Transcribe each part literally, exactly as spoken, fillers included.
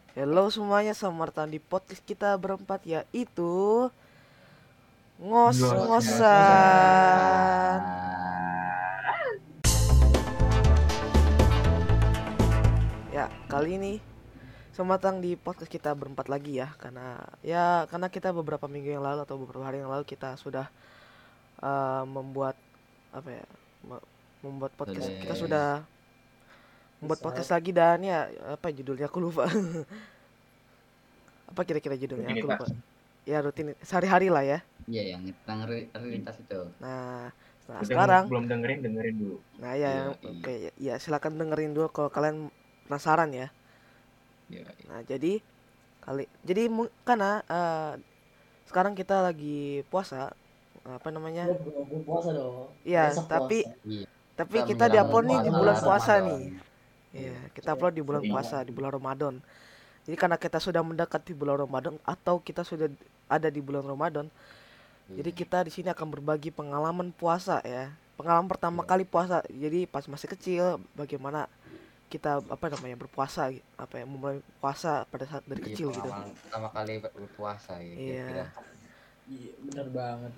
Halo semuanya, selamat datang di podcast kita berempat, yaitu ngos-ngosan. Ya, kali ini selamat datang di podcast kita berempat lagi ya, karena ya karena kita beberapa minggu yang lalu atau beberapa hari yang lalu kita sudah uh, membuat apa ya, me- membuat podcast. Kita Sudah. sudah membuat podcast lagi dan ya apa judulnya aku lupa. Apa kira-kira judulnya aku lupa. Ya rutin sehari-hari lah ya. Iya, yang tentang rutinitas itu. Nah, nah Udah sekarang belum dengerin dengerin dulu. Nah ya, Iya, oke iya. ya silakan dengerin dulu kalau kalian penasaran ya. Iya, iya. Nah jadi kali jadi mu- karena eh, sekarang kita lagi puasa, apa namanya? Belum belum puasa dong. Iya, Besok tapi puasa. Iya. tapi Kita kita menjelang diupload nih di puasa bulan puasa Ramadan. nih. Iya, kita upload di bulan Iya. puasa, di bulan Ramadan. Jadi karena kita sudah mendekati bulan Ramadan atau kita sudah ada di bulan Ramadan, jadi Iya. kita di sini akan berbagi pengalaman puasa ya. Pengalaman pertama Iya. kali puasa. Jadi pas masih kecil bagaimana kita apa namanya berpuasa, apa ya, memulai puasa pada saat dari Iya, kecil gitu. pengalaman pertama kali berpuasa ya. Iya. Kira-kira. Iya, bener banget.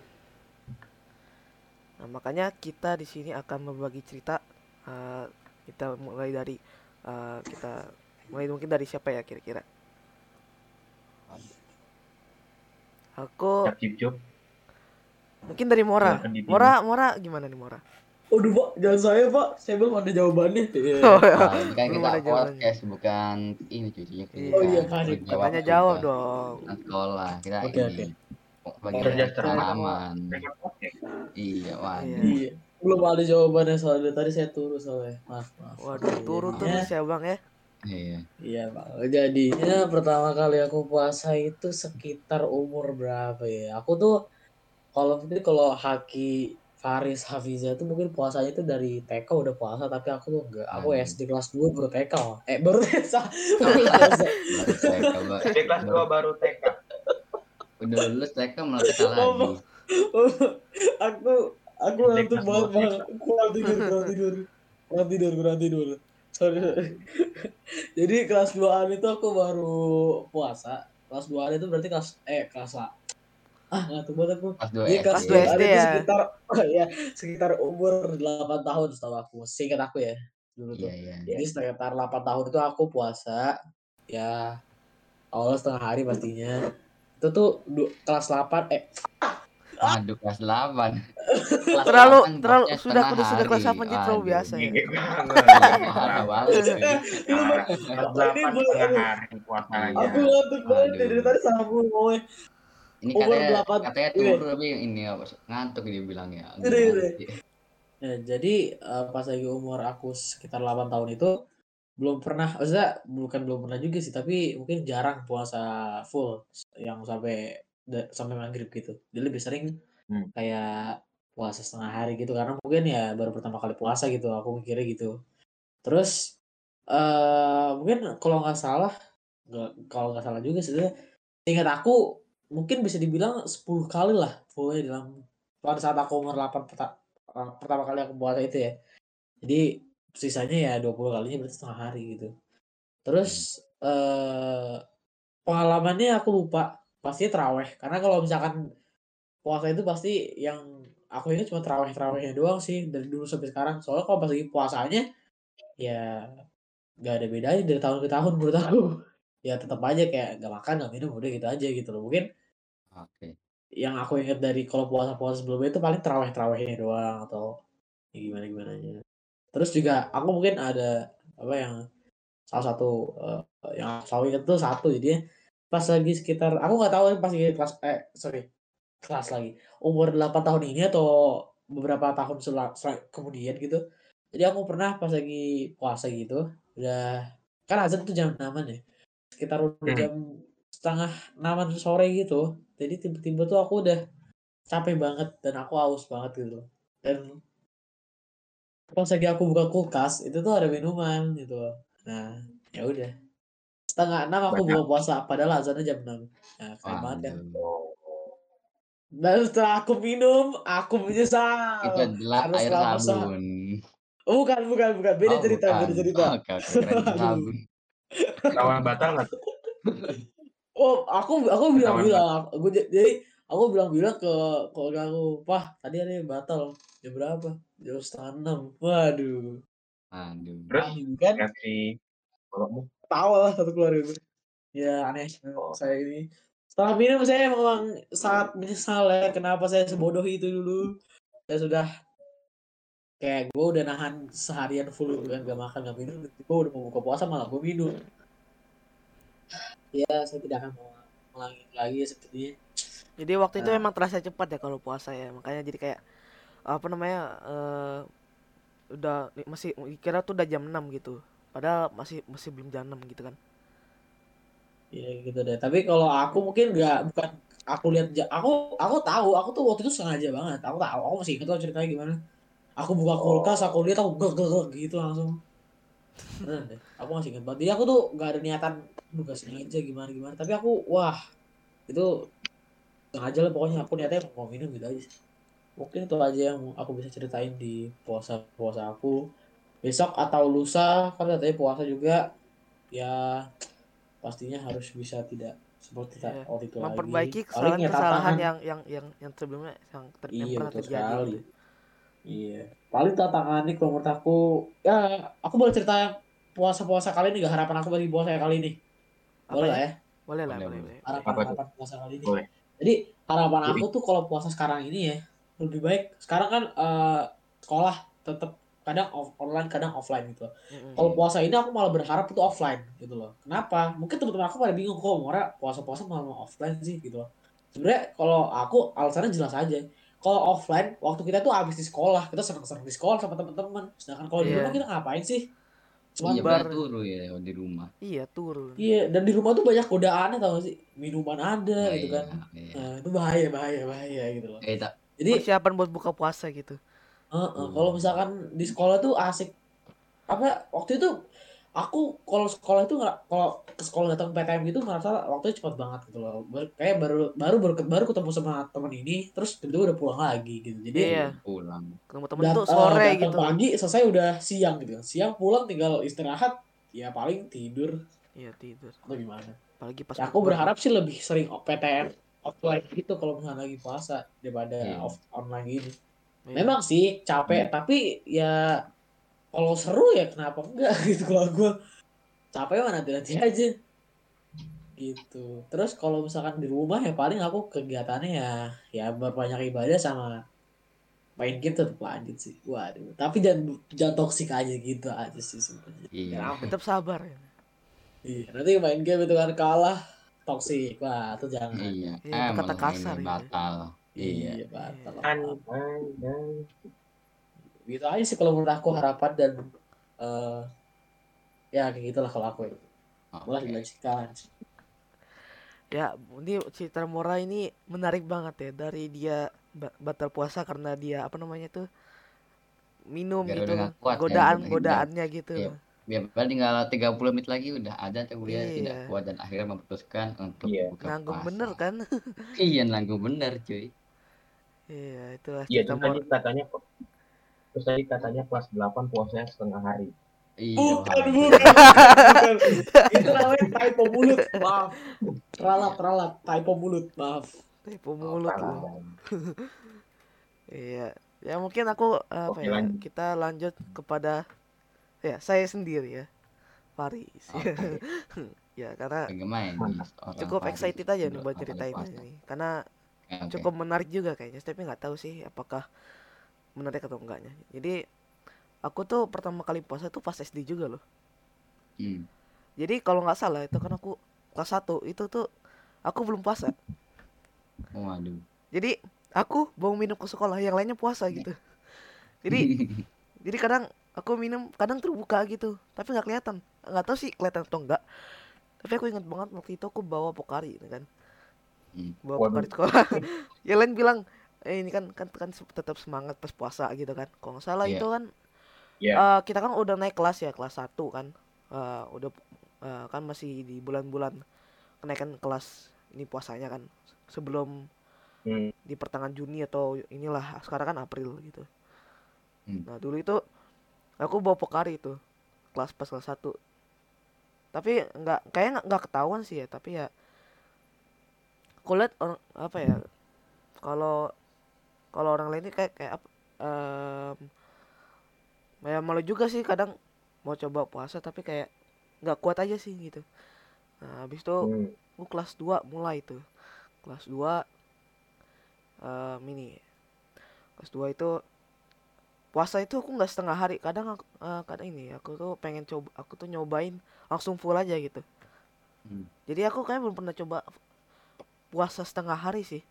Nah, makanya kita di sini akan berbagi cerita. eh, kita mulai dari eh, kita mulai mungkin dari siapa ya kira-kira? Aku Cap cip cup. mungkin dari Mora. Silakan dipilih. Mora, Mora gimana nih Mora? Waduh pak, jangan saya pak, saya belum ada jawabannya. Iya. Oh, ya. Nah, ini kan Belum kita ada jawabannya. podcast bukan ini cuy. Iya. Oh, iya, kan. Katanya jawab dong. Bukan sekolah. Kita Oke, ini bagi Cerdas cermat. pengalaman. Dengan podcast. Iya, waduh. Iya. Iya. Belum ada jawabannya soalnya tadi saya turu soalnya. Maaf, maaf. Waduh, Oke, turun jadinya- terus ya Bang ya. Iya. Iya bang. Jadinya pertama kali aku puasa itu sekitar umur berapa ya? Aku tuh kalau mungkin kalau Haki Faris Hafiza tuh mungkin puasanya itu dari T K udah puasa, tapi aku tuh enggak. Aku Aduh. S D kelas dua baru T K. Eh baru T K. Baru T K. Baru T K, Mbak. Di kelas dua baru T K. Udah lulus T K malah T K lagi. aku aku S D ngantuk kelas banget dua. bang. Kurang tidur, kurang tidur, kurang tidur, kurang tidur. Sorry, sorry. Jadi kelas dua-an itu aku baru puasa. Kelas dua-an itu berarti kelas eh kelas lah. Ah ngantuk banget aku. Kelas dua Iya S D. kelas Kelas dua dua-an S D itu ya. sekitar oh, ya sekitar umur delapan tahun setahu aku. Seingat aku ya dulu tuh. Iya, iya. Jadi sekitar delapan tahun itu aku puasa. Ya awal setengah hari pastinya. Itu tuh du- kelas delapan eh Aduh, kelas delapan. Kelas Terlalu delapan terlalu bosnya sudah setengah udah sudah kelas hari. apa jadi terlalu Aduh. biasa ya. Gede banget. Parah banget. Kelas delapan setengah hari puasanya. aku ngantuk banget Aduh. dari tadi sambung ngomongnya. Ini Umur katanya delapan. katanya Ini. turu tapi ini apa ngantuk dia bilang ya. Ini, ini. Ya, jadi eh, pas lagi umur aku sekitar delapan tahun itu belum pernah, maksudnya bukan belum pernah juga sih, tapi mungkin jarang puasa full yang sampai da- sampai maghrib gitu. Dia lebih sering Hmm. kayak puasa setengah hari gitu karena mungkin ya baru pertama kali puasa gitu. Aku mikirnya gitu. Terus eh mungkin kalau nggak salah, nggak kalau nggak salah juga sebenarnya, ingat aku mungkin bisa dibilang sepuluh kali lah pokoknya dalam pada saat aku umur delapan peta- eh, pertama kali aku puasa itu ya. Jadi sisanya ya dua puluh kalinya berarti setengah hari gitu. Terus eh pengalamannya aku lupa. Pasti terawih. Karena kalau misalkan puasa itu pasti yang aku ingat cuma terawih-terawihnya doang sih dari dulu sampai sekarang. Soalnya kalau pas lagi puasanya ya nggak ada bedanya dari tahun ke tahun menurut aku. Ya tetap aja kayak nggak makan nggak minum udah gitu aja gitu loh. Mungkin Oke. yang aku ingat dari kalau puasa-puasa sebelumnya itu paling terawih-terawihnya doang atau ya gimana gimananya. Terus juga aku mungkin ada apa yang salah satu eh, yang aku selalu ingat tuh satu jadinya pas lagi sekitar aku nggak tahu pas lagi kelas eh sorry kelas lagi umur delapan tahun ini atau beberapa tahun sel- sel- kemudian gitu. Jadi aku pernah pas lagi puasa gitu udah kan azan tuh jam enam ya sekitar udah Hmm. jam setengah enam sore gitu. Jadi tiba-tiba tuh aku udah capek banget dan aku haus banget gitu loh. Dan pas lagi aku buka kulkas itu tuh ada minuman gitu loh. Nah ya udah setengah enam aku buka puasa padahal azannya jam enam. Nah keren banget kan. Waduh. Dan setelah aku minum aku menyesal Itu adalah karena air selama se- sabun. Oh, bukan bukan bukan beda Oh, cerita bukan. beda cerita. Oke, oke, keren itu Aduh. sabun. Sawah batal nggak tuh? Oh, aku aku Ketahuan bilang-bilang, aku ja- jadi aku bilang-bilang ke keluarga aku, "Pah, tadi ada yang batal." Jam berapa? Jam setengah enam. Waduh. Aduh. Terus Waduh kan reaksi bapakmu? tawa lah satu keluarga itu. Ya aneh Oh, saya ini. Setelah minum saya memang sangat menyesal ya kenapa saya sebodoh itu dulu. Saya sudah kayak gue udah nahan seharian full gitu kan gak makan gak minum, gue udah mau buka puasa malah gue minum. Ya saya tidak akan mau mengulangi lagi ya sepertinya. Jadi waktu itu Nah, emang terasa cepat ya kalau puasa ya. Makanya jadi kayak apa namanya? eh udah masih kira tuh udah jam enam gitu. Padahal masih masih belum jam enam gitu kan. ya gitu deh. Tapi kalau aku mungkin nggak bukan aku lihat ja- aku aku tahu aku tuh waktu itu sengaja banget. Aku tahu aku masih ingat tuh ceritanya gimana. Aku buka kulkas, aku oh, lihat aku gek gek gek gitu langsung. Beneran deh. Aku masih ingat banget. Jadi aku tuh nggak ada niatan bukan sengaja gimana gimana. Tapi aku wah itu sengaja lah pokoknya aku niatnya mau minum gitu aja sih. Mungkin itu aja yang aku bisa ceritain di puasa puasa aku. Besok atau lusa kan katanya puasa juga ya pastinya harus bisa tidak seperti tak Iya. waktu itu lagi. Memperbaiki Paling ya kesalahan-kesalahan tantangan. yang yang yang yang sebelumnya yang, ter- yang Iya pernah betul terjadi sekali. gitu. Iya. Paling tantangannya kalau menurut aku ya aku boleh cerita yang puasa-puasa kali ini gak harapan aku bagi puasa kali ini. Boleh lah Apanya? ya. Boleh lah, Boleh, boleh, boleh. boleh, boleh. apa tuh? Harapan-harapan puasa kali ini. Boleh. Jadi harapan Jadi, aku tuh kalau puasa sekarang ini ya lebih baik. Sekarang kan eh, sekolah tetap kadang off- online kadang offline gitu. Mm-mm. Kalau Iya. puasa ini aku malah berharap itu offline gitu loh. Kenapa? Mungkin teman-teman aku pada bingung kok Mora puasa-puasa malah mau offline sih gitu loh. Sebenarnya kalau aku alasannya jelas aja. Kalau offline waktu kita tuh habis di sekolah, kita senang-senang di sekolah sama teman-teman. Sedangkan kalau di rumah Iya, kita ngapain sih? Iya Cuman bubar. benar turu ya kalau di rumah. Iya, turun. iya, dan di rumah tuh banyak godaan tau gak sih? Minuman ada Nah, gitu iya, kan. iya. Nah, itu bahaya, bahaya, bahaya gitu loh. Eh, tak. Jadi, Persiapan buat buka puasa gitu. eh, eh, Uh, kalau misalkan di sekolah tuh asik apa waktu itu aku kalau sekolah itu nggak kalau ke sekolah datang P T M gitu ngerasa waktunya cepat banget gitu loh. Bar- kayak baru baru baru, baru ketemu sama teman ini terus tiba-tiba udah pulang lagi gitu. Jadi iya Iya, pulang. ketemu temen dat, tuh eh, sore datang gitu. pagi selesai udah siang gitu. Siang pulang tinggal istirahat ya paling tidur Iya, tidur. atau gimana. Apalagi pas Ya aku bukber tuh. berharap sih lebih sering P T M offline gitu kalau misalnya lagi puasa daripada Iya. off online gini. Iya. Memang sih capek tapi ya kalau seru ya kenapa enggak gitu kalau gue capek mah nanti-nanti aja gitu. Terus kalau misalkan di rumah ya paling aku kegiatannya ya ya berbanyak ibadah sama main game tetap lanjut sih. Waduh, tapi jangan jangan toksik aja gitu aja sih sebenarnya. Biar Iya. aman. Tetap sabar ya. Iya, nanti main game itu kan kalah toksik. Wah, itu jangan. Iya. Iya, Ah, itu kata malah ini kasar gitu. batal. Iya. Iya, batal. Iya. an, an, an. Gitu aja sih kalau menurut aku harapan dan eh ya kayak gitulah kalau aku ya. Boleh Oke. dilanjutkan. Ya, ini cerita Mora ini menarik banget ya dari dia ba- batal puasa karena dia apa namanya tuh minum Biar udah gitu, nggak kuat kan. Biar, godaan-godaannya gitu. iya. Biar padahal tinggal tiga puluh menit lagi udah ada tapi dia tidak Iya, kuat dan akhirnya memutuskan untuk Iya. buka nanggung puasa. bener kan? Iya, nanggung bener cuy. Iya, itulah Iya, cerita terus tadi Mora. katanya kok. Terus tadi katanya kelas delapan puasanya setengah hari. Iya, Bukan, hampir. bukan, bukan, bukan. Itu namanya typo mulut. Maaf. Ralat, ralat. Typo mulut. Maaf. Tipu Oh, mulut salah. loh. Iya, ya mungkin aku apa Oke, ya? lanjut. Kita lanjut kepada ya saya sendiri ya, Faris. Oke. Ya, karena Bagaimana ini Mantap. seorang cukup Faris excited aja nih untuk buat awal ceritain puasa? ini. Karena Oke, oke. cukup menarik juga kayaknya, tapi nggak tahu sih apakah menarik atau enggaknya. Jadi aku tuh pertama kali puasa tuh pas S D juga loh. Hmm. Jadi kalau nggak salah itu kan aku kelas satu itu tuh aku belum puasa. Waduh. Jadi aku bawa minum ke sekolah, yang lainnya puasa gitu. Jadi jadi kadang aku minum kadang terbuka gitu, tapi nggak kelihatan. Nggak tahu sih kelihatan atau enggak. Tapi aku ingat banget waktu itu aku bawa Pokari gitu kan. Hmm. Bawa Waduh. Pokari sekolah. Yang lain bilang, "Eh ini kan kan kan tetap semangat pas puasa gitu kan." Kalau nggak salah itu Iya. kan Iya. eh, kita kan udah naik kelas ya, kelas satu kan. Eh, udah eh, kan masih di bulan-bulan kenaikan kelas ini puasanya kan. Sebelum Hmm. di pertengahan Juni atau inilah, sekarang kan April gitu. Hmm. Nah, dulu itu aku bawa Pokari itu kelas pas kelas satu. Tapi nggak kayaknya nggak nggak ketahuan sih ya, tapi ya aku lihat orang apa ya, kalau kalau orang lain ini kayak kayak apa, em, ya malu juga sih kadang mau coba puasa tapi kayak nggak kuat aja sih gitu. Nah habis itu Hmm. aku kelas dua mulai tuh, kelas dua em, ini kelas dua itu puasa itu aku nggak setengah hari, kadang aku, eh, kadang ini aku tuh pengen coba, aku tuh nyobain langsung full aja gitu. Hmm. Jadi aku kayak belum pernah coba puasa setengah hari sih.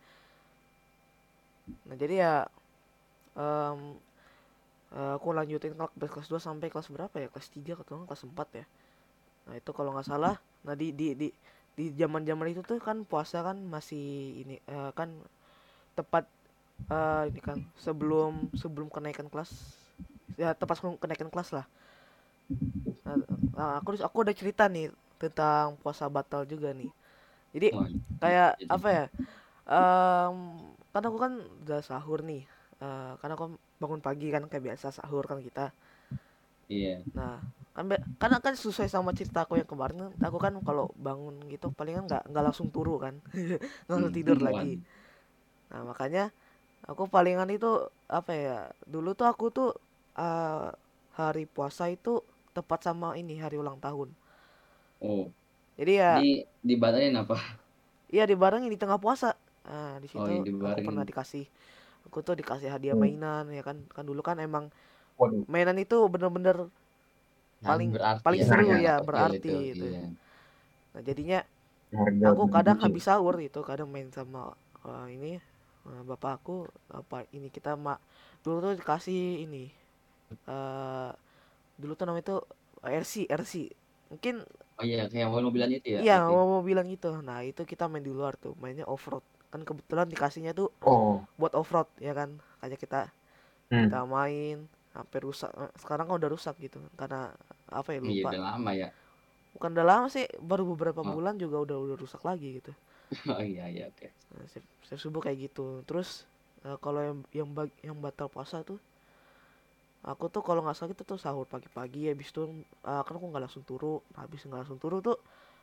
Nah jadi ya em, eh, aku lanjutin kelas kelas dua sampai kelas berapa ya, kelas tiga atau nggak kelas empat ya. Nah itu kalau nggak salah, nah di di di di zaman zaman itu tuh kan puasa kan masih ini, eh, kan tepat, eh, ini kan sebelum sebelum kenaikan kelas, ya tepat sebelum kenaikan kelas lah. Nah, nah, aku aku udah cerita nih tentang puasa batal juga nih. Jadi Oh, kayak jadi apa ya? Em, kan aku kan udah sahur nih. Eh, karena aku bangun pagi kan kayak biasa sahur kan kita. iya. Nah, kan be- karena kan sesuai sama cerita aku yang kemarin kan, aku kan kalau bangun gitu palingan nggak nggak langsung turu kan, nggak langsung tidur Hmm. lagi. Waduh. Nah makanya aku palingan itu apa ya? Dulu tuh aku tuh eh, hari puasa itu tepat sama ini hari ulang tahun. Oh, Jadi ya di dibatalin apa? iya dibarengin di tengah puasa. Nah di Oh, situ ini aku pernah dibarengin. dikasih, aku tuh dikasih hadiah Hmm. mainan ya kan. Kan dulu kan emang Waduh, mainan itu bener-bener Yang paling berarti paling ya Nah, seru ya. anak ya, kecil itu. berarti itu. Iya. Nah jadinya harga aku beli kadang kucing. habis sahur itu kadang main sama eh, ini eh, bapak aku, apa ini kita mak dulu tuh dikasih ini, eh dulu tuh namanya tuh R C R C mungkin. Oh iya, kayak mobil-mobilan itu ya Iya berarti. mau mau bilang gitu. Nah itu kita main di luar tuh, mainnya off road kan, kebetulan dikasihnya tuh Oh, buat off road ya kan. Kayak kita kita hmm. main sampai rusak. Eh, sekarang kan udah rusak gitu karena apa ya, Iya, lupa. udah lama ya. Bukan udah lama sih, baru beberapa Oh, bulan juga udah udah rusak lagi gitu. oh iya iya oke. Nah, setiap, setiap subuh kayak gitu. Terus eh, kalau yang yang bag- yang batal puasa tuh, aku tuh kalau nggak salah gitu tuh sahur pagi-pagi, habis itu eh, kan aku nggak langsung turu. Habis nggak langsung turu tuh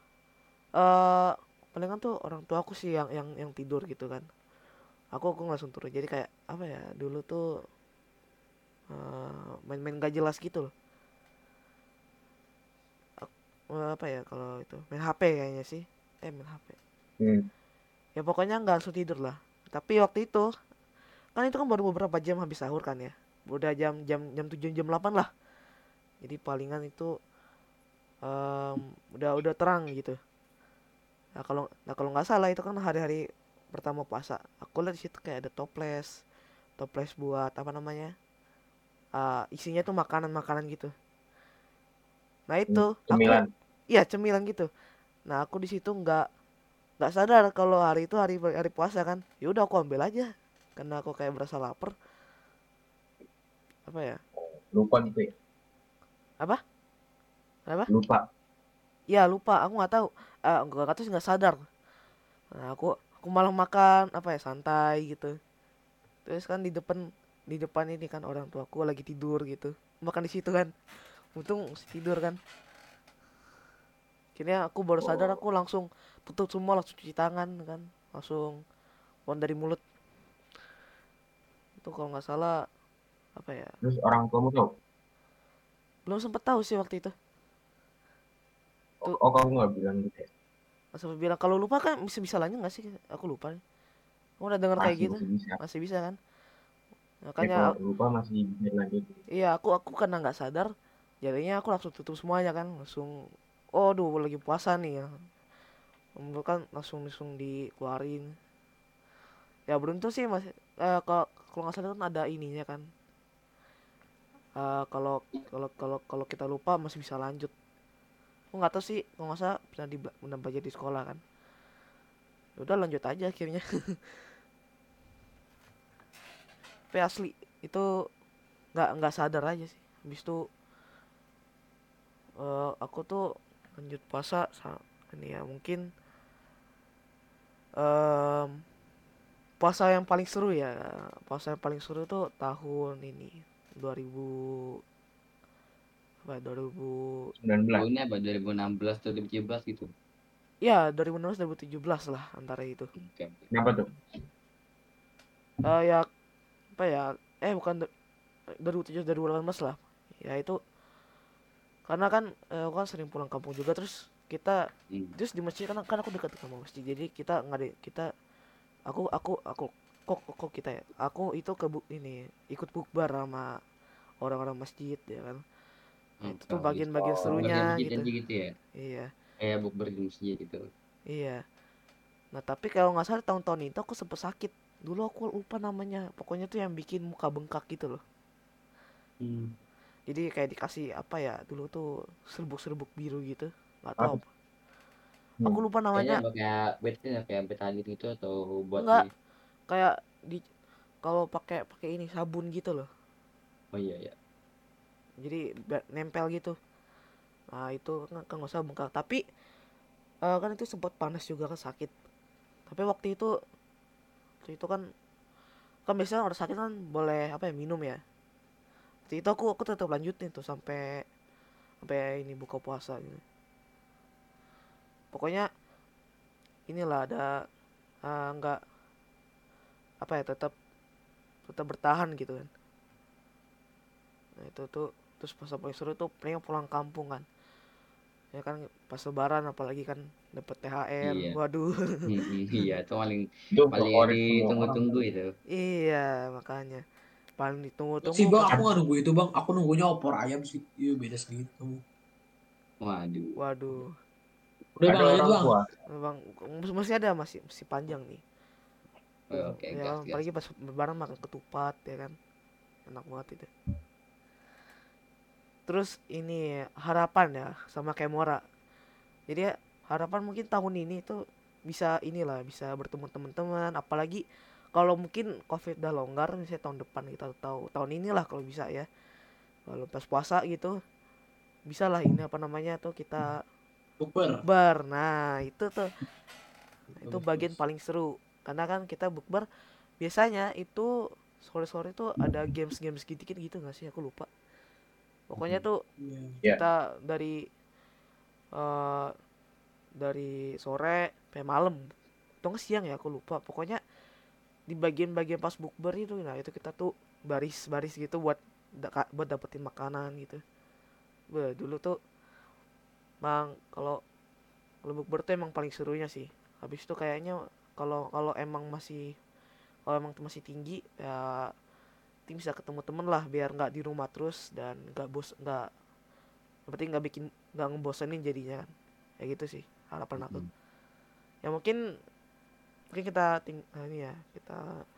eh palingan tuh orang tua aku sih yang yang yang tidur gitu kan. Aku aku nggak langsung turu. Jadi kayak apa ya, dulu tuh eh, main-main gak jelas gitu loh. Ak- eh, apa ya kalau itu main H P kayaknya sih. Eh main H P. Hmm. Ya pokoknya nggak langsung tidur lah. Tapi waktu itu kan itu kan baru beberapa jam habis sahur kan ya. Udah jam jam jam tujuh jam delapan lah. Jadi palingan itu em, udah udah terang gitu. Nah kalau nah kalau nggak salah itu kan hari-hari pertama puasa. Aku lihat di situ kayak ada toples, toples buat apa namanya? Eh, isinya tuh makanan-makanan gitu. Nah Hmm. itu aku, Cemilan. iya cemilan gitu. Nah aku di situ nggak nggak sadar kalau hari itu hari hari puasa kan. Ya udah aku ambil aja karena aku kayak berasa lapar. Apa ya? Lupa gitu ya. Apa? Apa? Lupa. Ya lupa, aku nggak tahu. Eh nggak nggak tahu sih, nggak sadar. Nah aku aku malah makan apa ya, santai gitu. Terus kan di depan di depan ini kan orang tuaku lagi tidur gitu. Makan di situ kan. Untung masih tidur kan. Akhirnya aku baru sadar, Oh. aku langsung tutup semua, langsung cuci tangan kan. Langsung keluar dari mulut. Itu kalau nggak salah apa ya? Terus orang tuamu tahu? Belum sempet tahu sih waktu itu. Oh, Tuh oh, kamu nggak bilang gitu ya? sampai bilang kalau lupa kan bisa bisa lanjut nggak sih? Aku lupa nih. Kamu udah dengar kayak Masih gitu? masih bisa. Masih bisa kan? Ya Makanya kalau a- lupa masih bisa lanjut. iya aku aku karena nggak sadar, jadinya aku langsung tutup semuanya kan, langsung oh duh lagi puasa nih ya. Lalu kan langsung langsung dikeluarin. Ya beruntung sih masih eh, kalau kalau nggak salah kan ada ininya kan. Eh, kalau kalau kalau kalau kita lupa masih bisa lanjut. Aku nggak tahu sih, kalau nggak salah pernah di pernah belajar di sekolah kan. Ya udah lanjut aja akhirnya. Tapi asli itu nggak nggak sadar aja sih. Habis itu eh, aku tuh lanjut puasa sa- ini ya mungkin em, puasa yang paling seru ya. Puasa yang paling seru tuh tahun ini dua ribu apa dua ribu sembilan belas. Oh, ini apa dua ribu enam belas dua ribu tujuh belas gitu. ya dua ribu enam belas dua ribu tujuh belas lah antara itu. Oke. Kenapa tuh? Eh ya apa ya eh bukan du- dua ribu tujuh belas dua ribu delapan belas lah. Ya itu karena kan eh, aku kan sering pulang kampung juga, terus kita Hmm. terus di masjid kan kan aku dekat sama masjid, jadi kita nggak ada kita aku aku aku kok kok, kok kita ya aku itu ke bu, ini ikut bukber sama orang-orang masjid ya kan. Nah, itu Oke, tuh gitu. bagian-bagian Oh. Bukber di serunya masjid gitu. aja gitu ya. Iya, Kayak bukber di masjid gitu. iya. Nah tapi kalau nggak salah tahun-tahun itu aku sempet sakit. Dulu aku lupa namanya. Pokoknya tuh yang bikin muka bengkak gitu loh. Hmm. Jadi kayak dikasih apa ya? Dulu tuh serbuk-serbuk biru gitu. Nggak tahu Apa? apa. Aku Hmm. lupa Kayaknya namanya. pakai betadine ya, kayak betadine gitu atau buat Enggak, di. kayak di kalau pakai pakai ini sabun gitu loh. Oh iya ya. Jadi be- nempel gitu. Nah itu kan kan nggak usah bengkak. Tapi eh, kan itu sempat panas juga kan sakit. Tapi waktu itu waktu itu kan kan biasanya orang sakit kan boleh apa ya minum ya. Waktu itu aku aku tetap lanjutin tuh sampai sampai ini buka puasa gitu. Pokoknya inilah ada eh, nggak apa ya tetap tetap bertahan gitu kan. Nah itu tuh terus pas paling seru tuh pengen pulang kampung kan. Ya kan pas lebaran apalagi kan dapat T H R. Iya. Waduh. Hmm, hmm, iya, itu paling Itu paling yang favorit semua orang. ditunggu-tunggu itu. Iya makanya paling Enggak sih ditunggu-tunggu bang, pas aku nggak nunggu itu bang. Aku nunggunya opor ayam sih. Iya beda sedikit kamu. Waduh. waduh Udah bang Ada lanjut orang bang. tua. bang masih ada masih masih panjang nih. Oh, oke, Ya gas kan, gas. apalagi pas lebaran makan ketupat ya kan, enak banget itu. Terus ini harapan ya sama kayak Mora. Jadi ya, harapan mungkin tahun ini tuh bisa inilah bisa bertemu teman-teman, apalagi kalau mungkin covid udah longgar misalnya tahun depan kita tahu tahun inilah kalau bisa ya, kalau pas puasa gitu bisa lah ini apa namanya tuh kita Bukber. bukber. Nah itu tuh itu Bagus, bagian bagus. paling seru karena kan kita bukber biasanya itu sore-sore tuh ada games-games gitu gitu nggak sih, aku lupa. Pokoknya tuh Iya. Ya. kita dari eh, dari sore sampai malam atau nggak siang ya aku lupa. Pokoknya di bagian-bagian pas bukber itu, nah itu kita tuh baris-baris gitu buat da- buat dapetin makanan gitu. Bah, dulu tuh bang kalau kalau bukber tuh emang paling serunya sih. Habis itu kayaknya kalau kalau emang masih kalau emang masih tinggi ya tim bisa ketemu temen lah biar nggak di rumah terus dan nggak bos nggak berarti nggak bikin nggak ngebosenin jadinya kan. Ya gitu sih harapan aku. Hmm. Ya mungkin mungkin kita ting nah ini ya kita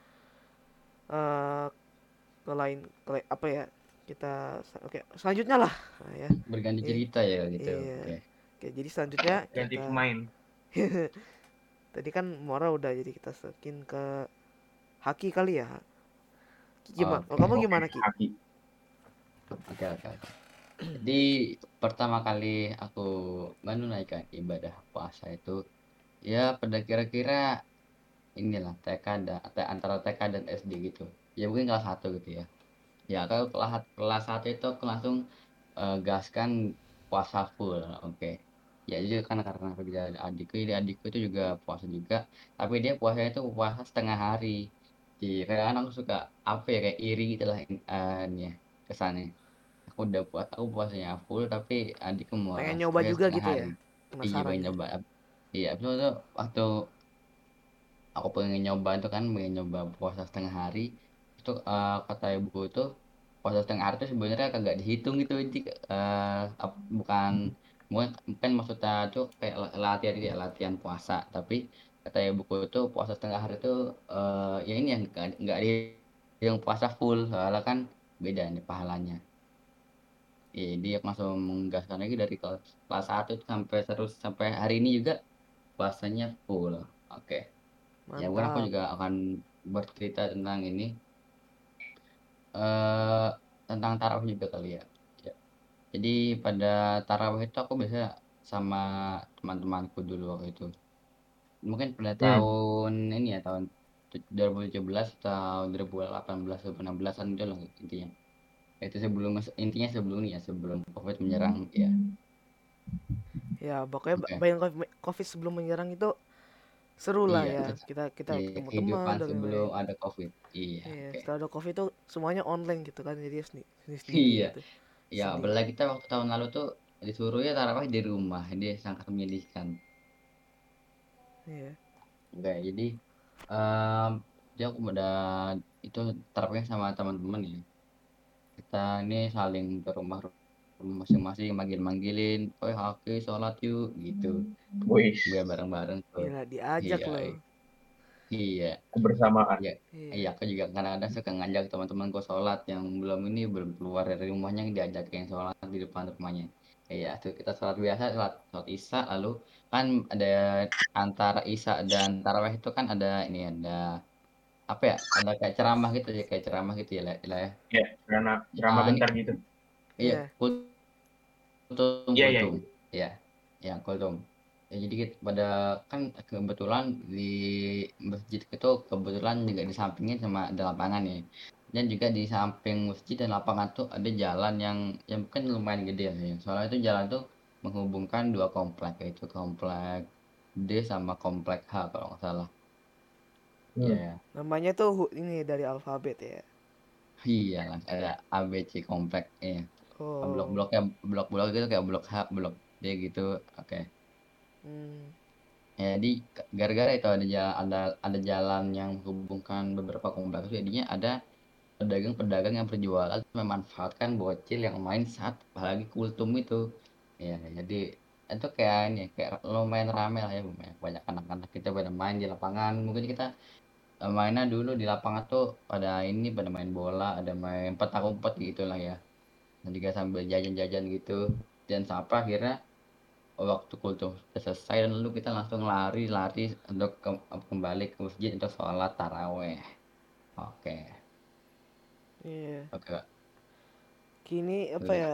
eh ke lain ke lain- apa ya kita oke selanjutnya lah. Nah, ya Berganti ini cerita ya gitu. iya Oke. oke jadi selanjutnya Ganti kita pemain. tadi kan Mora udah, jadi kita sekin ke Haki kali ya. Ki gimana kalau Oke. kamu Oke, gimana Ki? Haki. Oke, oke, oke. Jadi pertama kali aku menunaikan ibadah puasa itu ya pada kira-kira inilah T K dan antara T K dan S D gitu. Ya mungkin kelas satu gitu ya. Ya kalau kelas kelas satu itu aku langsung eh, gaskan puasa full. Oke. Ya jadi kan karena aku juga ada adikku, jadi adikku itu juga puasa juga. Tapi dia puasanya itu puasa setengah hari. Jadi kadang aku suka apa ya kayak iri gitu lah eh, ini ya kesannya. Aku udah puas, aku puasanya full tapi adikku Pengen malah nyoba puasanya juga setengah gitu ya, hari. Iya penasaran pengen ya. nyoba. Iya, abis itu waktu aku pengen nyoba itu kan pengen nyoba puasa setengah hari itu eh, kata ibuku itu puasa setengah hari itu sebenarnya kagak dihitung gitu jadi eh, ap- bukan bukan bukan maksudnya tuh kayak la- latihan gitu ya latihan puasa tapi kata ibuku itu puasa setengah hari itu eh, ya ini yang nggak nggak dihitung puasa full soalnya kan beda nih pahalanya. Iya, dia langsung menggaskan lagi dari kelas kelas satu sampai terus sampai hari ini juga puasanya full. Oke. Ya mungkin aku Mantap. juga akan bercerita tentang ini eh tentang tarawih juga kali ya. Ya. Jadi pada tarawih itu aku biasa sama teman-temanku dulu waktu itu. Mungkin pada Hmm. tahun ini ya tahun tu- dua ribu tujuh belas atau dua ribu delapan belas dua ribu enam belas-an itu lah intinya. Itu sebelum intinya sebelum ya sebelum COVID menyerang ya. Ya pokoknya ba- Oke. bayang COVID COVID sebelum menyerang itu seru lah Iya, ya. itu Kita kita iya, ketemu teman kehidupan dan sebelum lain-lain. ada COVID. Iya, Iya, oke. setelah ada COVID itu semuanya online gitu kan, jadi sendiri sendiri Iya. gitu. Ya, Sedih. apalagi kita waktu tahun lalu tuh disuruh ya tarawih di rumah. Dia sangat menyedihkan. Iya. Oke, jadi em dia aku udah itu tarawih sama teman-teman ya. Kita ini saling ke rumah rumah masing-masing manggil-manggilin, "Oi, Haki, sholat yuk," gitu. Wih, Biar bareng-bareng tuh. Gila diajak Iya, loh. i- iya, kebersamaan. iya. Iya, Iya. aku juga kadang-kadang suka ngajak teman-temanku sholat yang belum ini belum keluar dari rumahnya diajakin sholat di depan rumahnya. Iya, tuh kita sholat biasa, sholat, sholat isya, lalu kan ada antara isya dan tarawih itu kan ada ini ada apa ya? Ada kayak ceramah gitu ya, kayak ceramah gitu ya, lah lah ya. Ya, karena ceramah Nah, ini bentar gitu. iya, Iya. kultum, Iya, iya, kultum. iya. Ya, ya, kultum. Ya, jadi kita pada kan kebetulan di masjid itu kebetulan juga di sampingnya sama ada lapangan ya. Dan juga di samping masjid dan lapangan tuh ada jalan yang yang bukan lumayan gede ya. Soalnya itu jalan tuh menghubungkan dua komplek yaitu komplek D sama komplek H kalau nggak salah. Iya Hmm. ya. Namanya tuh hu- ini dari alfabet ya. Iya lah ada A B C komplek ya. Oh. Blok-bloknya blok-blok gitu kayak blok H, blok D gitu. Oke. Hmm. Ya, jadi ke- gara-gara itu ada jalan ada ada jalan yang menghubungkan beberapa kompleks jadinya ada pedagang-pedagang yang berjualan memanfaatkan bocil yang main saat lagi kultum itu ya jadi itu kayak ini kayak lumayan rame lah ya banyak banyak anak-anak kita pada main di lapangan mungkin kita eh, mainnya dulu di lapangan tuh pada ini pada main bola ada main petak umpet gitu lah ya dan juga sambil jajan-jajan gitu dan sampai akhirnya waktu kultum sudah selesai dan lalu kita langsung lari-lari untuk ke- kembali ke masjid untuk sholat taraweh. Oke, Iya. oke Kak. Kini apa Udah. ya?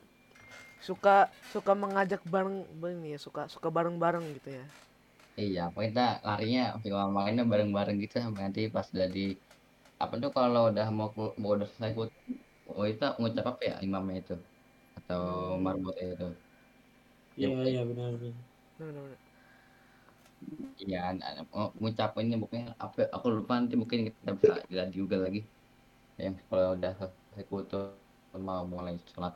Suka suka mengajak bareng ini ya, suka suka bareng-bareng gitu ya. Iya, apa kita larinya film mainnya bareng-bareng gitu sampai nanti pas udah di apa tuh kalau udah mau ku- mau udah selesai kultum, oh itu ngucap apa ya imamnya itu atau Hmm. marbotnya itu. Ya, Iya, pokoknya iya, benar benar. Benar-benar. iya, an- an- mau ngucapinnya pokoknya apa ya, aku lupa nanti mungkin kita bisa lihat juga lagi yang kalau udah selesai kultum mau mulai sholat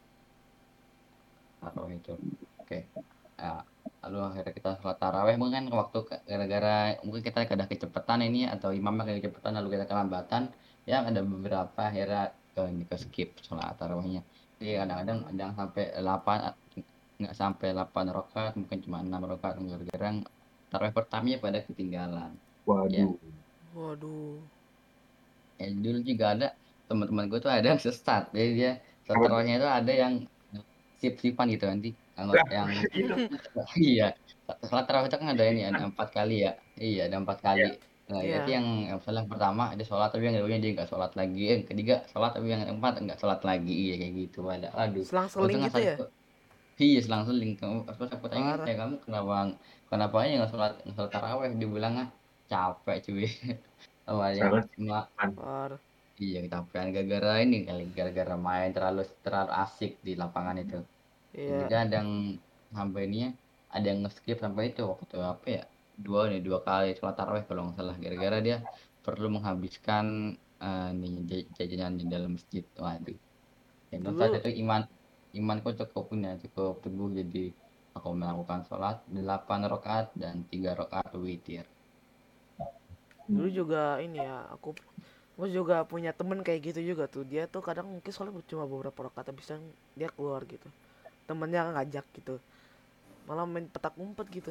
tarawih itu. Oke. Ya, lalu akhirnya kita sholat tarawih mungkin kan waktu ke- gara-gara mungkin kita kadang kecepatan ini atau imamnya kayak kecepatan lalu kita kelambatan ya ada beberapa akhirnya ke ini ke skip sholat tarawihnya. Jadi kadang-kadang ada yang sampai delapan nggak sampai delapan rakaat mungkin cuma enam rakaat gara-gara tarawih pertamanya pada ketinggalan. Ya, Waduh. Waduh. ya dulu juga ada teman-teman gue tuh ada yang sesat. Jadi dia sholat Apa tuh? tarawihnya itu ada yang sip-sipan gitu nanti yang, Lah, yang itu. iya, sholat tarawih itu kan ada ini, ada empat kali ya. Iya, ada empat kali. Ya, Nah, itu Iya. yang, yang misalnya yang pertama dia sholat tapi yang kedua dia nggak sholat lagi. Eh, yang ketiga sholat tapi yang keempat nggak sholat lagi. Iya kayak gitu. Ada, aduh. Selang-seling Untung nggak gitu ya. satu. Iya, selang seling. Kamu pas aku tanyain Parah. kayak kamu kenapa kenapa aja nggak sholat nggak sholat tarawih? Dibilang ah capek cuy. Awalnya, sangat mak kan. Parah. iya kecapean gara-gara ini kali gara-gara main terlalu terlalu asik di lapangan itu. Dan Iya. juga ada yang sampai ini ya, ada yang nge-skip sampai itu waktu apa ya dua nih dua kali sholat tarawih kalau nggak salah gara-gara dia perlu menghabiskan eh, nih j- jajanan di dalam masjid waduh yang saat Dulu itu iman imanku cukup punya cukup teguh jadi aku melakukan sholat delapan rakaat dan tiga rakaat witir. dulu juga ini ya, aku aku juga punya temen kayak gitu juga tuh. Dia tuh kadang mungkin soalnya cuma beberapa rakaat habis itu dia keluar gitu. Temennya ngajak gitu. Malah main petak umpet gitu.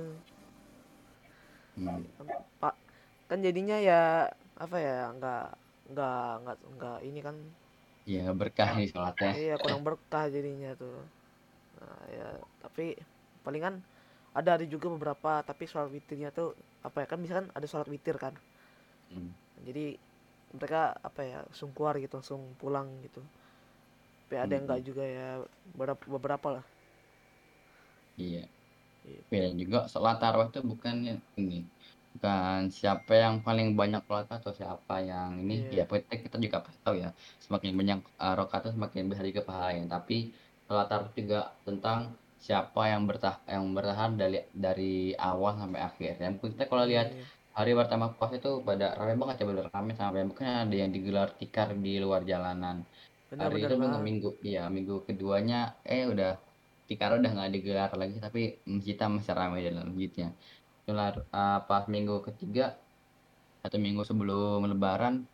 Hmm. Pak, kan jadinya ya apa ya, nggak nggak nggak nggak ini kan, Ya berkah nih sholatnya. iya kurang berkah jadinya tuh. Nah, ya tapi palingan ada ada juga beberapa, tapi sholat witirnya tuh apa ya, kan misalkan ada sholat witir kan, Hmm. jadi mereka apa ya langsung keluar gitu, langsung pulang gitu. Tapi ada Hmm. yang enggak juga ya, beberapa, beberapa lah. Iya. Gitu. Dan juga sholat tarawih itu bukan yang ini bukan siapa yang paling banyak rokat atau siapa yang ini, Iya. ya kita kita juga pasti tahu ya, semakin banyak, eee, rokat itu semakin besar juga pahalanya. Tapi latar juga tentang siapa yang bertah yang bertahan dari dari awal sampai akhir. Ya mungkin kita kalau Iya, lihat iya. hari pertama puasa itu pada rame banget ya, bener rame sampai mungkin ada yang digelar tikar di luar jalanan. Hari Benar-benar itu minggu banget. minggu iya, minggu keduanya eh udah tikar udah nggak digelar lagi, tapi masjidnya masih ramai dalam masjidnya. Gelar, eee, pas minggu ketiga atau minggu sebelum lebaran,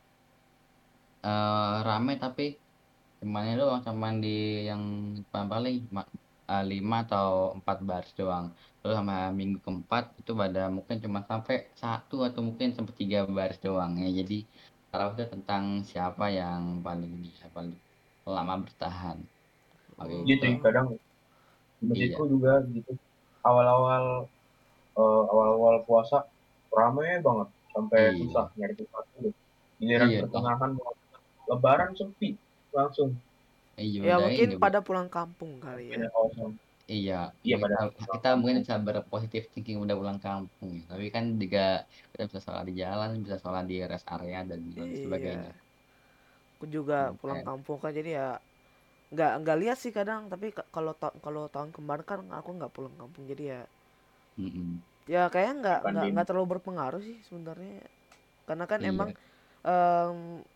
eee, rame tapi cumannya doang, cuman di yang paling ma eee, lima atau empat baris doang. Terus sama minggu keempat itu pada mungkin cuma sampai satu atau mungkin sampai tiga baris doang ya. Jadi tarawih itu tentang siapa yang paling ini ya, paling lama bertahan, kayak Iya gitu. cuy, Oh, kadang di Iya masjidku juga gitu. Awal-awal eh, awal-awal puasa rame banget sampai susah iya nyari tempat dulu. Giliran iya dah pertengahan mau lebaran sepi langsung iya ya udah mungkin ini pada pulang kampung kali ya. pindah kosong. Iya, Iya mungkin pada kita pulang kita mungkin kampung. bisa berpositif thinking udah pulang kampung ya. Tapi kan juga kita bisa sholat di jalan, bisa sholat di rest area dan lain sebagainya. Iya. Aku juga Hmm, pulang kayak, kampung kan jadi ya nggak nggak lihat sih kadang tapi ka- kalau ta- kalau tahun kemarin kan aku nggak pulang kampung jadi ya mm-mm. ya kayaknya nggak nggak Pandemi. nggak terlalu berpengaruh sih sebenarnya karena kan emang Iya, em,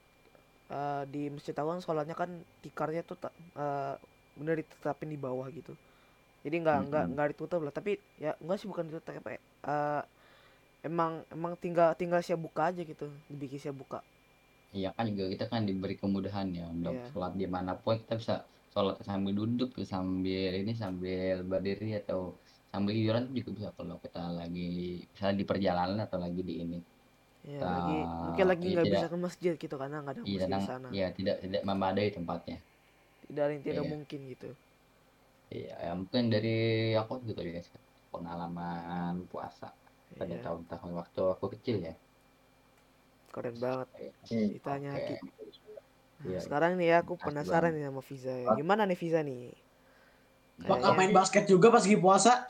eh, di masjid aku kan sholatnya kan tikarnya tuh ta- eh, bener ditetapin di bawah gitu jadi nggak nggak mm-mm. nggak ditutup lah tapi ya enggak sih bukan ditutup apa ya, eh, emang emang tinggal tinggal siap buka aja gitu dibikin siap buka. Iya kan juga kita kan diberi kemudahan ya, untuk Iya. sholat dimanapun kita bisa sholat sambil duduk, sambil ini sambil berdiri atau sambil tiduran juga bisa kalau kita lagi misalnya di perjalanan atau lagi di ini. Iya, Kita, lagi mungkin lagi iya nggak tidak, bisa ke masjid gitu karena nggak ada iya masjid tenang, di sana. iya tidak tidak memadai tempatnya. Tidak ada yang tidak Iya. mungkin gitu. Iya, ya mungkin dari aku gitu ya, pengalaman puasa pada Iya, tahun-tahun waktu aku kecil ya. keren banget Oke, Hmm. ceritanya oke. Ki. Nah, Iya, sekarang nih ya aku makasih penasaran banget. nih sama Visa. Gimana nih Visa nih? Apakah Kayaknya, main basket juga pas lagi puasa?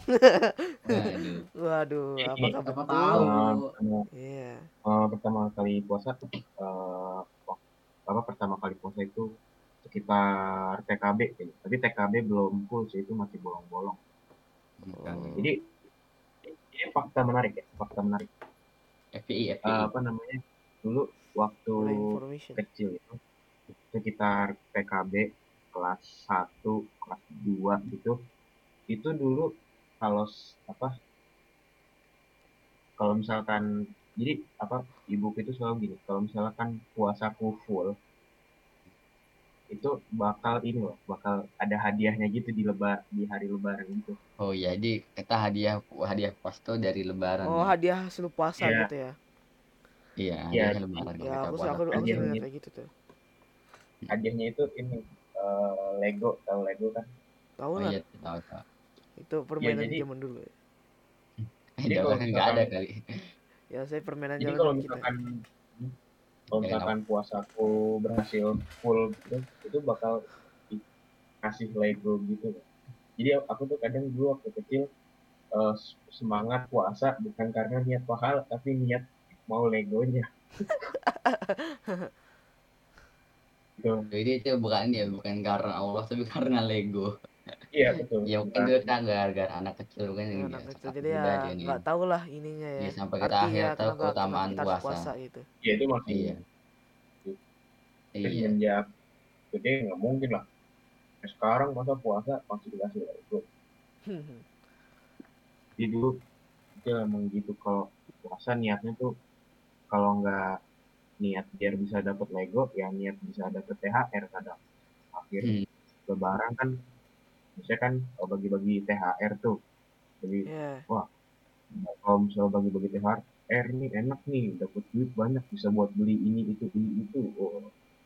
Waduh, waduh, Ini apakah Siapa betul? tahu. eh, pertama, Iya. eh, pertama kali puasa eh, wak- apa pertama kali puasa itu sekitar T K B kayaknya. Tapi T K B belum full sih, itu masih bolong-bolong. oke. Oh, Jadi ini fakta menarik ya, fakta menarik. F P I, Eh, F P I. apa namanya? Dulu waktu boleh information. kecil itu sekitar T K B kelas satu, kelas dua gitu. Itu dulu kalau s- apa kalau misalkan jadi apa ibuku itu selalu gini, kalau misalkan puasaku full itu bakal ini loh, bakal ada hadiahnya gitu di lebar di hari lebaran gitu. Oh iya, jadi kita hadiah hadiah pos tuh dari Lebaran Oh, ya. hadiah hasil puasa Iya, gitu ya. Iya, iya, hadiah jadi Lebaran kalau Ya, kita aku puasa aku aku full. sering lihat hadiahnya kayak gitu tuh. hadiahnya itu ini eh, Lego, tahu Lego kan? Tahu Oh lah, iya, tahu tahu. itu Ya permainan jadi zaman dulu ya. jadi Itu kalau kan nggak misalkan ada kali. Ya, saya permainan jadi zaman kalau kita. misalkan kalau Biarin apa? misalkan puasaku berhasil full gitu, itu bakal dikasih Lego gitu. Jadi aku tuh kadang dulu waktu kecil eh, semangat puasa bukan karena niat pahala tapi niat mau Legonya gitu. Jadi itu bukan ya, bukan karena Allah tapi karena Lego. Iya betul. Ya mungkin Bukan. dulu kita gara-gara anak kecil kan Ya, ini ya, anak kecil sangat jadi ya muda dia nih. nggak tahu lah ininya Ya ya. sampai kita akhir Artinya tahu kenapa kenapa keutamaan kita harus puasa. puasa gitu. Ya itu masih Iya, tapi iya. semenjak gede nggak mungkin lah. Sekarang masa puasa masih dikasih Lego. Jadi dulu itu emang gitu kalau puasa niatnya tuh kalau nggak niat biar bisa dapet Lego ya niat bisa dapet T H R kadang akhir Hmm. lebaran kan biasanya kan kalau bagi-bagi T H R tuh jadi Ya, wah kalau misalnya bagi-bagi T H R nih enak nih dapat duit banyak bisa buat beli ini itu ini itu oh,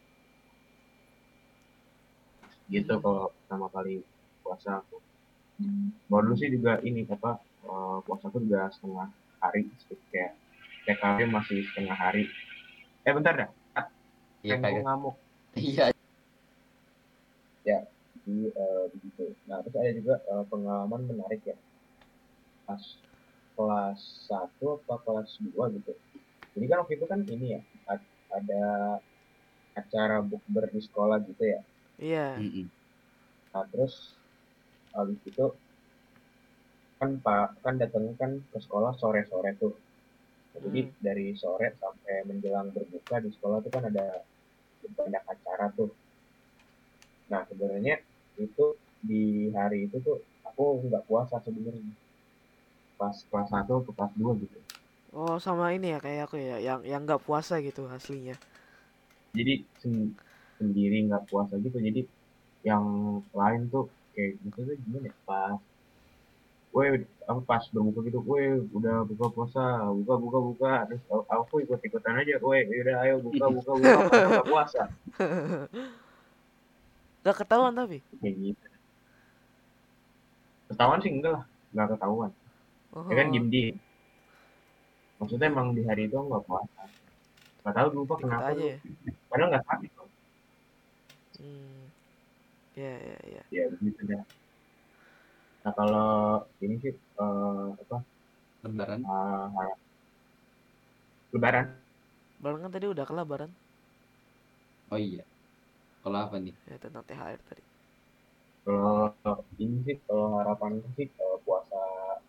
gitu kalau pertama kali puasa aku. Kalau dulu sih juga ini apa eh, puasa aku juga setengah hari kayak T K B masih setengah hari. Eh bentar dah, Iya handphone kaget. ngamuk Iya. ya. Jadi eh, begitu. Nah terus ada juga eh, pengalaman menarik ya pas kelas satu atau kelas dua gitu. Jadi kan waktu itu kan ini ya, ad- ada acara bukber di sekolah gitu ya. Iya. Mm-mm. Nah, terus habis itu kan Pak kan datang kan ke sekolah sore-sore tuh. Nah, jadi Hmm. dari sore sampai menjelang berbuka di sekolah tuh kan ada banyak acara tuh. Nah, sebenarnya itu di hari itu tuh aku nggak puasa sebenarnya. Pas kelas satu ke kelas dua gitu. Oh, sama ini ya kayak aku ya, yang yang nggak puasa gitu aslinya. Jadi sen- sendiri nggak puasa gitu. Jadi yang lain tuh kayak maksudnya gimana ya? Pas Weh, aku pas berbuka gitu, weh, udah buka puasa, buka, buka, buka. Terus aku aku ikut-ikutan aja, weh, udah ayo buka, buka, buka, padahal nggak puasa. Gak ketahuan tapi. Kayak gitu. Ketahuan sih enggak lah, nggak ketahuan. Ya kan Oh, diem-diem. Maksudnya ya emang di hari itu nggak puasa. Nggak tahu lupa dikit kenapa aja tuh. ya. Padahal nggak sakit kok. Hmm, ya ya ya. Ya begitu dah. Nah kalau ini sih, eh, apa, Lebaran. eh, harap- lebaran. Barang kan tadi udah kelabaran Oh iya. Kalau apa nih? ya tentang T H R tadi. Kalau ini sih, kalau harapanku sih, eh, puasa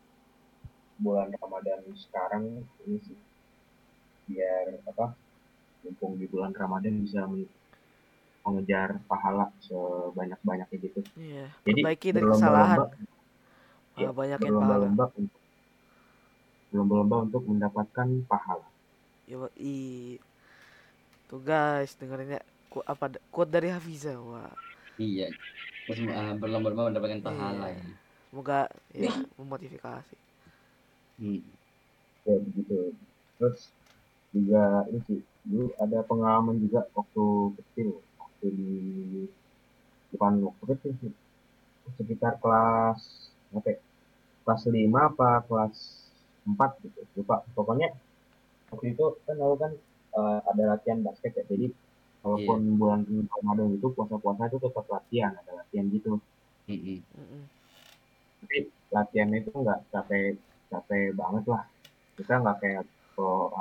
bulan Ramadan sekarang ini sih biar apa mumpung di bulan Ramadan bisa men- mengejar pahala sebanyak-banyaknya gitu. Iya, Jadi perbaiki dari kesalahan. berlomba-lomba, ya Malah banyakin pahala. berlomba-lomba untuk berlomba-lomba untuk mendapatkan pahala. Yo, i tuh guys, dengerin ya. Ku, apa da- quote dari Hafiza. Wah, Iya. Terus uh, berlomba-lomba mendapatkan pahala iya. ya. Semoga ya memotivasi. Hmm. Ya begitu. Terus juga ini sih dulu ada pengalaman juga waktu kecil, waktu di bukan waktu kecil sih, sekitar kelas apa ya, kelas lima apa kelas empat gitu lupa pokoknya. Waktu itu kan aku kan eh, ada latihan basket ya, jadi walaupun Iya. bulan Ramadan itu puasa-puasa itu tetap latihan, ada latihan gitu. Mm-mm. Mm-mm. Tapi latihannya itu nggak capek capek banget lah, kita nggak kayak kalau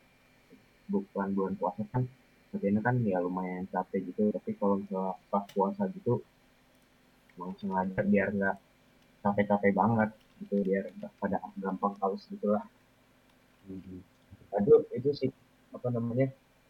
bukan bulan puasa kan latihannya kan ya lumayan capek gitu. Tapi kalau misalnya pas puasa gitu emang sengaja biar nggak capek-capek banget gitu, biar nggak pada gampang haus gitu lah. Mm-mm. Aduh itu sih apa namanya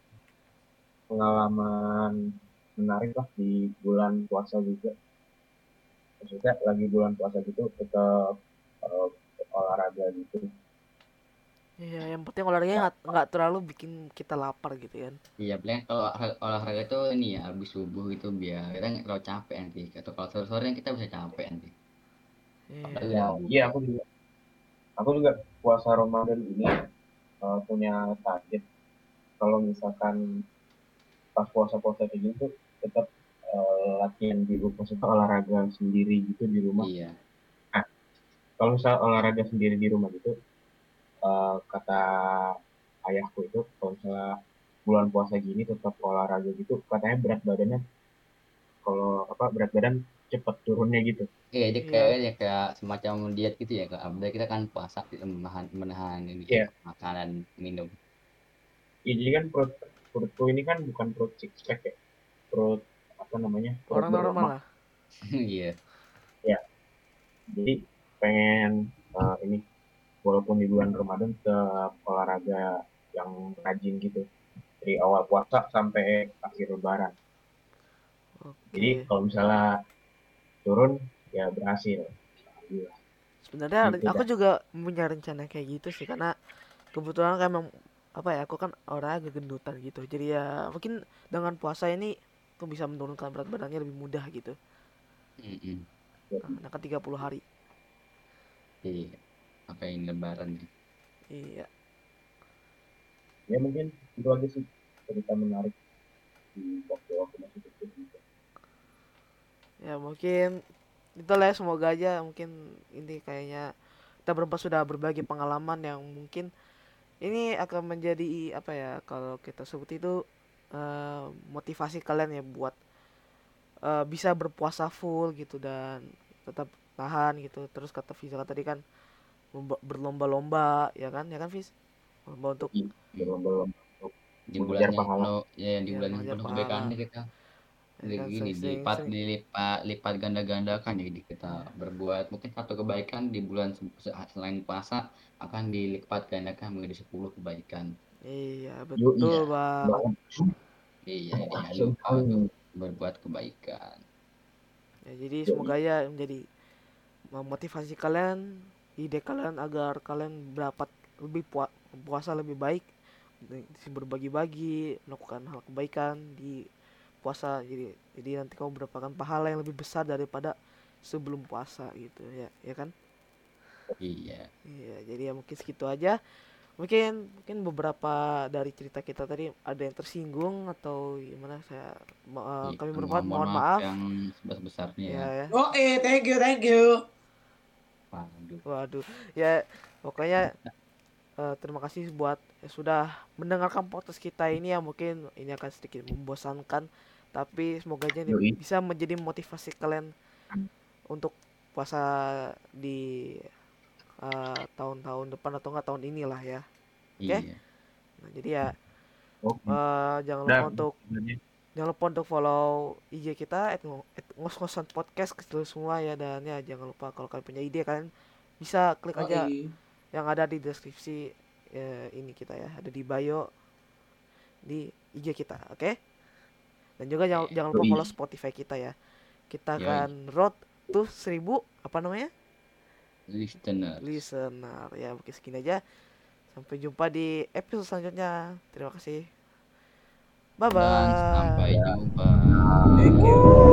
pengalaman menarik lah di bulan puasa juga. Maksudnya lagi bulan puasa gitu tetap uh, olahraga gitu. Iya, yang penting olahraganya nggak nggak terlalu bikin kita lapar gitu kan. Iya, paling kalau olah- olahraga itu ini ya habis subuh itu biar kita nggak terlalu capek nanti. Atau kalau sore-sore kita bisa capek nanti. Apalagi Iya. Ya udah iya buka. aku juga aku juga puasa Ramadan ini uh, punya target kalau misalkan pas puasa-puasa kayak gitu tetap uh, latihan di rumah, maksudnya olahraga sendiri gitu di rumah. Iya. Nah, kalau misalnya olahraga sendiri di rumah gitu, uh, kata ayahku itu kalau misalnya bulan puasa gini tetap olahraga gitu, katanya berat badannya kalau apa berat badan cepet turunnya gitu. Iya, jadi kayak Iya. ya kayak semacam diet gitu ya kak. Apalagi kita kan puasa kita menahan menahan ini Iya, makanan minum. ya, jadi kan perut perutku ini kan bukan perut six pack ya, perut apa namanya perut Orang normal berlemak lah. Iya. ya. Jadi pengen uh, ini walaupun di bulan Ramadan tetap olahraga yang rajin gitu dari awal puasa sampai akhir lebaran. Jadi Oke. kalau misalnya turun ya berhasil. Alhamdulillah. Sebenarnya Gitu aku dah. juga punya rencana kayak gitu sih karena kebetulan kan emang apa ya aku kan orang agak gendutan gitu. Jadi ya mungkin dengan puasa ini aku bisa menurunkan berat badannya lebih mudah gitu. Mm-mm. Nah, kan tiga puluh hari. Iya. Apa yang lebaran ya? Iya. Ya mungkin itu aja sih cerita menarik di waktu aku masih kecil gitu. Ya mungkin itulah ya, semoga aja mungkin ini kayaknya kita berempat sudah berbagi pengalaman yang mungkin ini akan menjadi apa ya kalau kita sebut itu eh, motivasi kalian ya buat eh, bisa berpuasa full gitu dan tetap tahan gitu. Terus kata Fiza tadi kan lomba- berlomba-lomba ya kan ya kan Fis, lomba untuk Iya, berlomba-lomba untuk Di mengejar bulannya pahala. penuh ya di ya bulan yang mengejar penuh pahala kebaikannya kita ya Jadi kan, gini sering-sering dilipat sering dilipat lipat ganda-gandakan jadi kita ya, berbuat mungkin satu kebaikan di bulan se- se- selain puasa akan dilipat gandakan menjadi sepuluh kebaikan. iya Yoi, betul Iya, bang. banget. iya, jadi jangan Langsung lupa tahu. untuk berbuat kebaikan. Ya, jadi Yoi. semoga ya menjadi memotivasi kalian, ide kalian agar kalian dapat lebih pua- puasa lebih baik, di- berbagi-bagi, melakukan hal kebaikan di puasa. Jadi jadi nanti kamu mendapatkan pahala yang lebih besar daripada sebelum puasa gitu ya, ya kan? Iya, Iya, jadi ya mungkin segitu aja. Mungkin mungkin beberapa dari cerita kita tadi ada yang tersinggung atau gimana, saya ma- eh, iya. kami berempat Mohon, mohon mohon maaf maaf yang sebesar-besarnya ya ya. ya. Oh, eh, thank you, thank you. Waduh. Waduh, ya pokoknya eh, terima kasih buat eh, sudah mendengarkan podcast kita ini ya. Mungkin ini akan sedikit membosankan, tapi semoga aja ini Yoi. bisa menjadi motivasi kalian untuk puasa di eh, tahun-tahun depan atau enggak tahun inilah ya. Oke? Iya. Nah, jadi ya Oke. eh, jangan Udah, lupa untuk berarti jangan lupa untuk follow I G kita at ngo- at ngos-ngosan podcast kecil semua ya. Dan ya jangan lupa kalau kalian punya ide kalian bisa klik Oh, aja iya. yang ada di deskripsi eh, ini kita ya, ada di bio di I G kita, oke? Dan juga jangan Iya. jangan lupa Yoi. follow Spotify kita ya. Kita Yoi. akan road to seribu apa namanya? Listeners. Listener ya. Mungkin segini aja. Sampai jumpa di episode selanjutnya. Terima kasih. Bye Dan bye. sampai jumpa. Thank you.